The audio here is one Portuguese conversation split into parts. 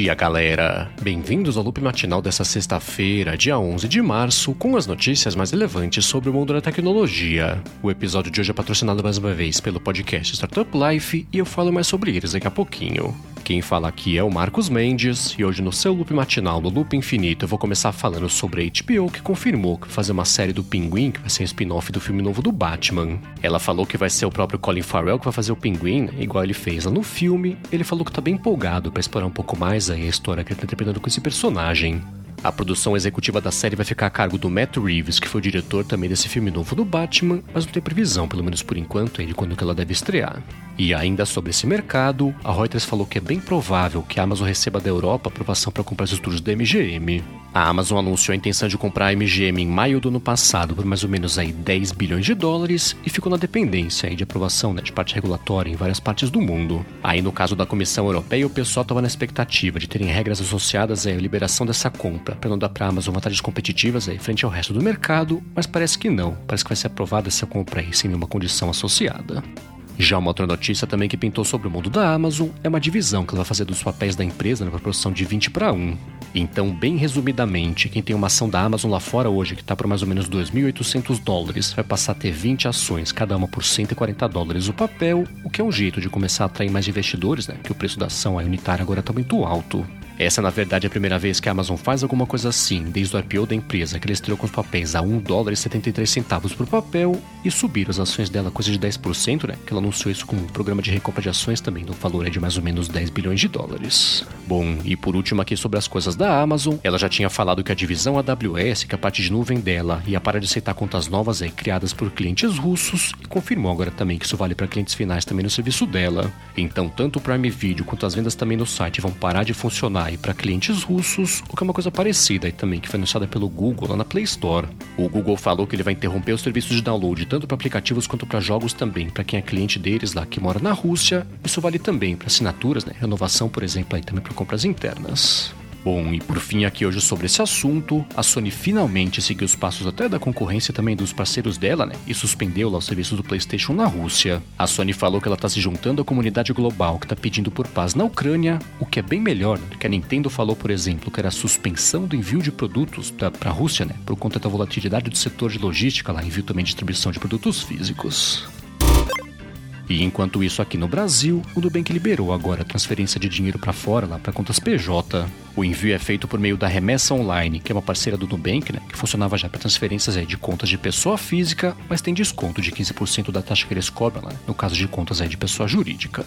dia, galera! Bem-vindos ao loop matinal dessa sexta-feira, dia 11 de março, com as notícias mais relevantes sobre o mundo da tecnologia. O episódio de hoje é patrocinado mais uma vez pelo podcast Startup Life e eu falo mais sobre eles daqui a pouquinho. Quem fala aqui é o Marcos Mendes e hoje no seu loop matinal, no Loop Infinito, eu vou começar falando sobre a HBO, que confirmou que vai fazer uma série do Pinguim, que vai ser um spin-off do filme novo do Batman. Ela falou que vai ser o próprio Colin Farrell que vai fazer o Pinguim, igual ele fez lá no filme. Ele falou que tá bem empolgado pra explorar um pouco mais aí a história que ele tá interpretando com esse personagem. A produção executiva da série vai ficar a cargo do Matt Reeves, que foi o diretor também desse filme novo do Batman, mas não tem previsão, pelo menos por enquanto, de quando que ela deve estrear. E ainda sobre esse mercado, a Reuters falou que é bem provável que a Amazon receba da Europa aprovação para comprar os estúdios da MGM. A Amazon anunciou a intenção de comprar a MGM em maio do ano passado por mais ou menos aí 10 bilhões de dólares e ficou na dependência aí de aprovação de parte regulatória em várias partes do mundo. Aí no caso da Comissão Europeia, o pessoal estava na expectativa de terem regras associadas à liberação dessa compra, para não dar para a Amazon vantagens competitivas aí frente ao resto do mercado, mas parece que não, parece que vai ser aprovada essa compra aí sem nenhuma condição associada. Já uma outra notícia também que pintou sobre o mundo da Amazon é uma divisão que ela vai fazer dos papéis da empresa na proporção de 20:1. Então, bem resumidamente, quem tem uma ação da Amazon lá fora hoje, que está por mais ou menos 2.800 dólares, vai passar a ter 20 ações, cada uma por 140 dólares o papel, o que é um jeito de começar a atrair mais investidores, que o preço da ação unitária agora está muito alto. Essa, na verdade, é a primeira vez que a Amazon faz alguma coisa assim, desde o IPO da empresa, que ela estreou com os papéis a $1,73 por papel e subiram as ações dela coisa de 10%, que ela anunciou isso com um programa de recompra de ações também, no valor de mais ou menos 10 bilhões de dólares. Bom, e por último aqui sobre as coisas da Amazon, ela já tinha falado que a divisão AWS, que é a parte de nuvem dela, ia parar de aceitar contas novas criadas por clientes russos e confirmou agora também que isso vale para clientes finais também no serviço dela. Então, tanto o Prime Video quanto as vendas também no site vão parar de funcionar para clientes russos, o que é uma coisa parecida também, que foi anunciada pelo Google lá na Play Store. O Google falou que ele vai interromper os serviços de download tanto para aplicativos quanto para jogos também, para quem é cliente deles lá que mora na Rússia. Isso vale também para assinaturas, renovação, por exemplo, também para compras internas. Bom, e por fim aqui hoje sobre esse assunto, a Sony finalmente seguiu os passos até da concorrência também dos parceiros dela, e suspendeu lá os serviços do PlayStation na Rússia. A Sony falou que ela está se juntando à comunidade global que está pedindo por paz na Ucrânia, o que é bem melhor do que a Nintendo falou, por exemplo, que era a suspensão do envio de produtos para a Rússia, por conta da volatilidade do setor de logística lá, envio também de distribuição de produtos físicos. E enquanto isso aqui no Brasil, o Nubank liberou agora a transferência de dinheiro para fora, lá para contas PJ. O envio é feito por meio da Remessa Online, que é uma parceira do Nubank, que funcionava já para transferências de contas de pessoa física, mas tem desconto de 15% da taxa que eles cobram lá, no caso de contas de pessoa jurídica.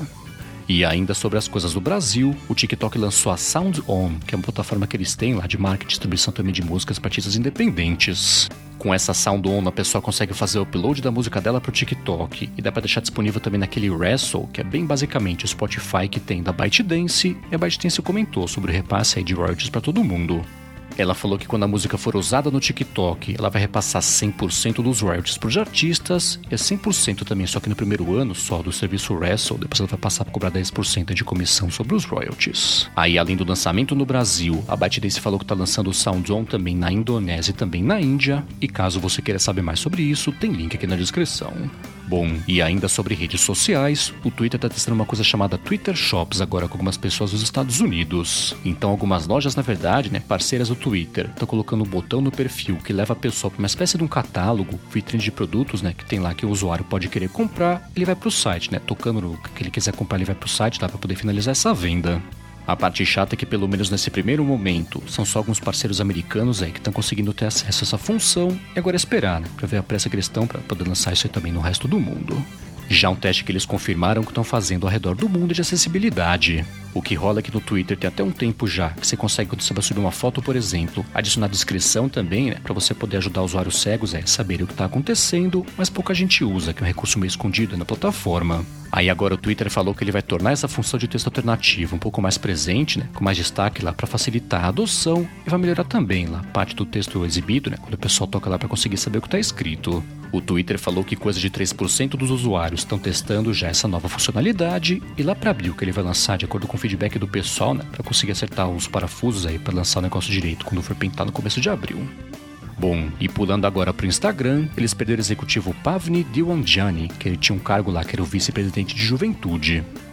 E ainda sobre as coisas do Brasil, o TikTok lançou a SoundOn, que é uma plataforma que eles têm lá de marketing e distribuição também de músicas para artistas independentes. Com essa SoundOn, a pessoa consegue fazer o upload da música dela pro TikTok e dá pra deixar disponível também naquele Wrestle, que é bem basicamente o Spotify que tem da ByteDance, e a ByteDance comentou sobre o repasse de royalties pra todo mundo. Ela falou que quando a música for usada no TikTok, ela vai repassar 100% dos royalties para os artistas, e é 100% também, só que no primeiro ano só do serviço Wrestle, depois ela vai passar para cobrar 10% de comissão sobre os royalties. Aí, além do lançamento no Brasil, a ByteDance falou que está lançando o SoundOn também na Indonésia e também na Índia, e caso você queira saber mais sobre isso, tem link aqui na descrição. Bom, e ainda sobre redes sociais, o Twitter está testando uma coisa chamada Twitter Shops agora com algumas pessoas dos Estados Unidos. Então algumas lojas, na verdade, parceiras do Twitter, estão colocando um botão no perfil que leva a pessoa para uma espécie de um catálogo, vitrine de produtos, que tem lá que o usuário pode querer comprar, ele vai para o site, tocando no que ele quiser comprar, ele vai para o site lá para poder finalizar essa venda. A parte chata é que, pelo menos nesse primeiro momento, são só alguns parceiros americanos que estão conseguindo ter acesso a essa função e agora é esperar, para ver a pressa que eles estão para poder lançar isso aí também no resto do mundo. Já um teste que eles confirmaram que estão fazendo ao redor do mundo é de acessibilidade. O que rola aqui no Twitter tem até um tempo já, que você consegue, quando você vai subir uma foto, por exemplo, adicionar descrição também, para você poder ajudar usuários cegos a saberem o que está acontecendo, mas pouca gente usa, que é um recurso meio escondido na plataforma. Aí agora o Twitter falou que ele vai tornar essa função de texto alternativo um pouco mais presente, com mais destaque lá para facilitar a adoção, e vai melhorar também lá a parte do texto exibido, quando o pessoal toca lá para conseguir saber o que está escrito. O Twitter falou que coisa de 3% dos usuários estão testando já essa nova funcionalidade, e lá para abril que ele vai lançar, de acordo com o feedback do pessoal, para conseguir acertar os parafusos para lançar o negócio direito quando for pintar no começo de abril. Bom, e pulando agora pro Instagram, eles perderam o executivo Pavni Diwanjani, que ele tinha um cargo lá que era o vice-presidente de juventude.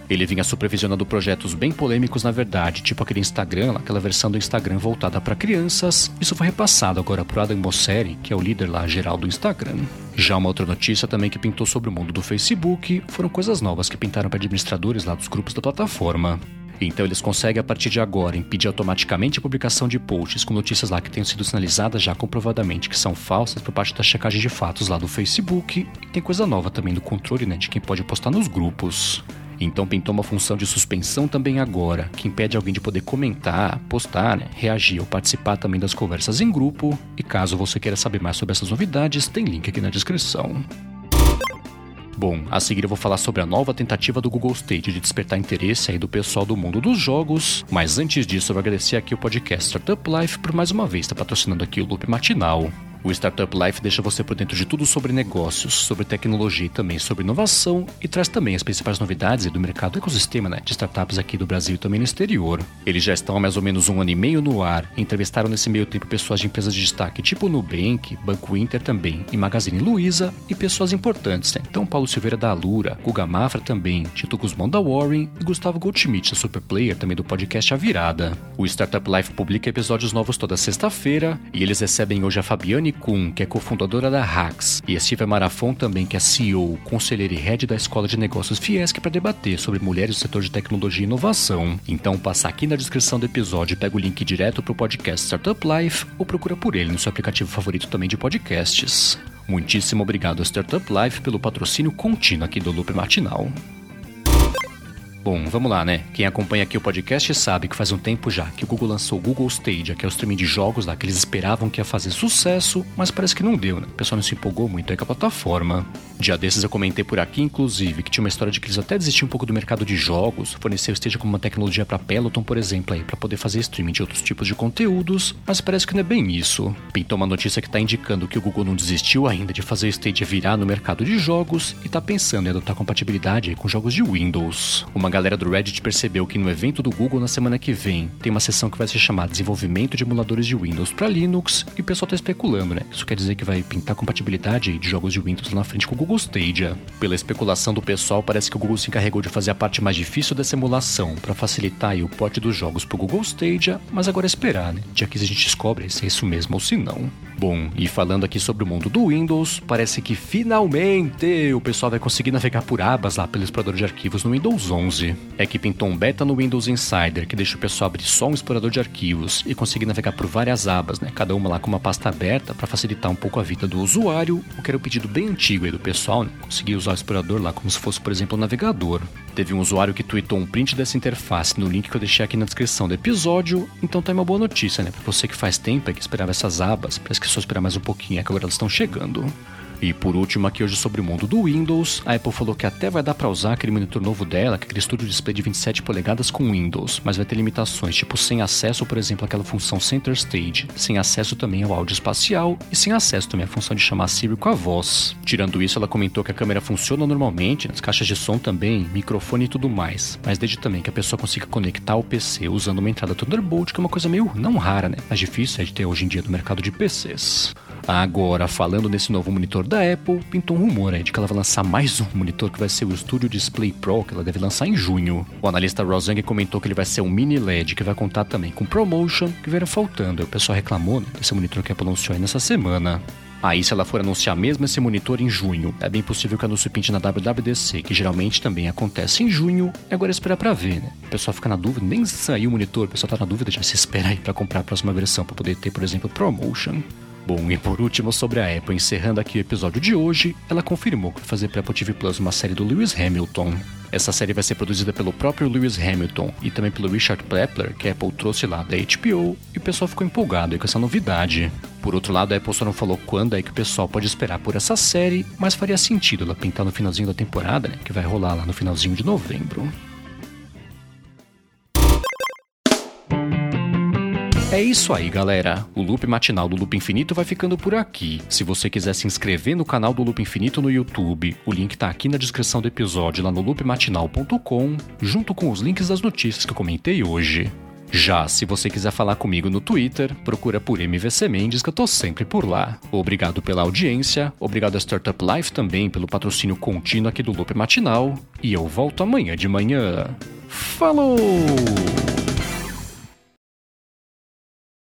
Ele vinha supervisionando projetos bem polêmicos na verdade, tipo aquele Instagram, aquela versão do Instagram voltada para crianças. Isso foi repassado agora pro Adam Mosseri, que é o líder lá geral do Instagram. Já uma outra notícia também que pintou sobre o mundo do Facebook foram coisas novas que pintaram para administradores lá dos grupos da plataforma. Então eles conseguem a partir de agora impedir automaticamente a publicação de posts com notícias lá que tenham sido sinalizadas já comprovadamente que são falsas por parte da checagem de fatos lá do Facebook. E tem coisa nova também do controle, né, de quem pode postar nos grupos. Então pintou uma função de suspensão também agora, que impede alguém de poder comentar, postar, né, reagir ou participar também das conversas em grupo. E caso você queira saber mais sobre essas novidades, tem link aqui na descrição. Bom, a seguir eu vou falar sobre a nova tentativa do Google Stadia de despertar interesse aí do pessoal do mundo dos jogos, mas antes disso eu vou agradecer aqui o podcast Startup Life por mais uma vez estar patrocinando aqui o Loop Matinal. O Startup Life deixa você por dentro de tudo sobre negócios, sobre tecnologia e também sobre inovação e traz também as principais novidades do mercado do ecossistema, né, de startups aqui do Brasil e também no exterior. Eles já estão há mais ou menos 1 ano e meio no ar e entrevistaram nesse meio tempo pessoas de empresas de destaque tipo Nubank, Banco Inter também e Magazine Luiza e pessoas importantes, né? Então Paulo Silveira da Alura, Guga Mafra também, Tito Guzmão da Warren e Gustavo Goldschmidt da Superplayer também do podcast A Virada. O Startup Life publica episódios novos toda sexta-feira e eles recebem hoje a Fabiane Kuhn, que é cofundadora da Hacks, e a Silvia Marafon também, que é CEO, conselheira e head da Escola de Negócios Fiesc, para debater sobre mulheres no setor de tecnologia e inovação. Então passa aqui na descrição do episódio e pega o link direto para o podcast Startup Life ou procura por ele no seu aplicativo favorito também de podcasts. Muitíssimo obrigado a Startup Life pelo patrocínio contínuo aqui do Loop Matinal. Bom, vamos lá, né? Quem acompanha aqui o podcast sabe que faz um tempo já que o Google lançou o Google Stadia, que é o streaming de jogos lá que eles esperavam que ia fazer sucesso, mas parece que não deu, né? O pessoal não se empolgou muito aí com a plataforma. Dia desses eu comentei por aqui, inclusive, que tinha uma história de que eles até desistiam um pouco do mercado de jogos, forneceu o Stadia como uma tecnologia para Peloton, por exemplo, aí, para poder fazer streaming de outros tipos de conteúdos, mas parece que não é bem isso. Pintou uma notícia que tá indicando que o Google não desistiu ainda de fazer o Stadia virar no mercado de jogos e tá pensando em adotar compatibilidade aí com jogos de Windows. Uma galera do Reddit percebeu que no evento do Google na semana que vem tem uma sessão que vai se chamar Desenvolvimento de Emuladores de Windows para Linux e o pessoal tá especulando, né? Isso quer dizer que vai pintar compatibilidade aí de jogos de Windows lá na frente com o Google Stadia. Pela especulação do pessoal, parece que o Google se encarregou de fazer a parte mais difícil dessa emulação para facilitar aí o porte dos jogos pro Google Stadia, mas agora é esperar, né? Dia que a gente descobre se é isso mesmo ou se não. Bom, e falando aqui sobre o mundo do Windows, parece que finalmente o pessoal vai conseguir navegar por abas lá pelo explorador de arquivos no Windows 11. É que pintou um beta no Windows Insider que deixa o pessoal abrir só um explorador de arquivos e conseguir navegar por várias abas, né? Cada uma lá com uma pasta aberta para facilitar um pouco a vida do usuário, o que era um pedido bem antigo aí do pessoal, né? Conseguir usar o explorador lá como se fosse, por exemplo, um navegador. Teve um usuário que tweetou um print dessa interface no link que eu deixei aqui na descrição do episódio, então tá uma boa notícia, né? Pra você que faz tempo que esperava essas abas, parece que é só esperar mais um pouquinho, é que agora elas estão chegando. E por último aqui hoje sobre o mundo do Windows, a Apple falou que até vai dar pra usar aquele monitor novo dela, aquele Studio Display de 27 polegadas com Windows, mas vai ter limitações, tipo sem acesso, por exemplo, àquela função Center Stage, sem acesso também ao áudio espacial e sem acesso também à função de chamar a Siri com a voz. Tirando isso, ela comentou que a câmera funciona normalmente, as caixas de som também, microfone e tudo mais, mas desde também que a pessoa consiga conectar o PC usando uma entrada Thunderbolt, que é uma coisa meio não rara, né? Mas difícil é de ter hoje em dia no mercado de PCs. Agora, falando nesse novo monitor da Apple, pintou um rumor aí de que ela vai lançar mais um monitor que vai ser o Studio Display Pro, que ela deve lançar em junho. O analista Rosang comentou que ele vai ser um mini LED, que vai contar também com ProMotion, que vieram faltando. O pessoal reclamou, né, desse monitor que a Apple anunciou aí nessa semana. Aí, se ela for anunciar mesmo esse monitor em junho, é bem possível que o anúncio pinte na WWDC, que geralmente também acontece em junho, e agora esperar pra ver, né? O pessoal fica na dúvida, nem saiu o monitor, o pessoal tá na dúvida, já se espera aí pra comprar a próxima versão, pra poder ter, por exemplo, ProMotion. Bom, e por último sobre a Apple, encerrando aqui o episódio de hoje, ela confirmou que vai fazer para Apple TV Plus uma série do Lewis Hamilton. Essa série vai ser produzida pelo próprio Lewis Hamilton e também pelo Richard Plepler, que a Apple trouxe lá da HBO, e o pessoal ficou empolgado aí com essa novidade. Por outro lado, a Apple só não falou quando é que o pessoal pode esperar por essa série, mas faria sentido ela pintar no finalzinho da temporada, né, que vai rolar lá no finalzinho de novembro. É isso aí, galera. O Loop Matinal do Loop Infinito vai ficando por aqui. Se você quiser se inscrever no canal do Loop Infinito no YouTube, o link tá aqui na descrição do episódio lá no loopmatinal.com, junto com os links das notícias que eu comentei hoje. Já se você quiser falar comigo no Twitter, procura por MVC Mendes, que eu tô sempre por lá. Obrigado pela audiência, obrigado a Startup Life também pelo patrocínio contínuo aqui do Loop Matinal, e eu volto amanhã de manhã. Falou!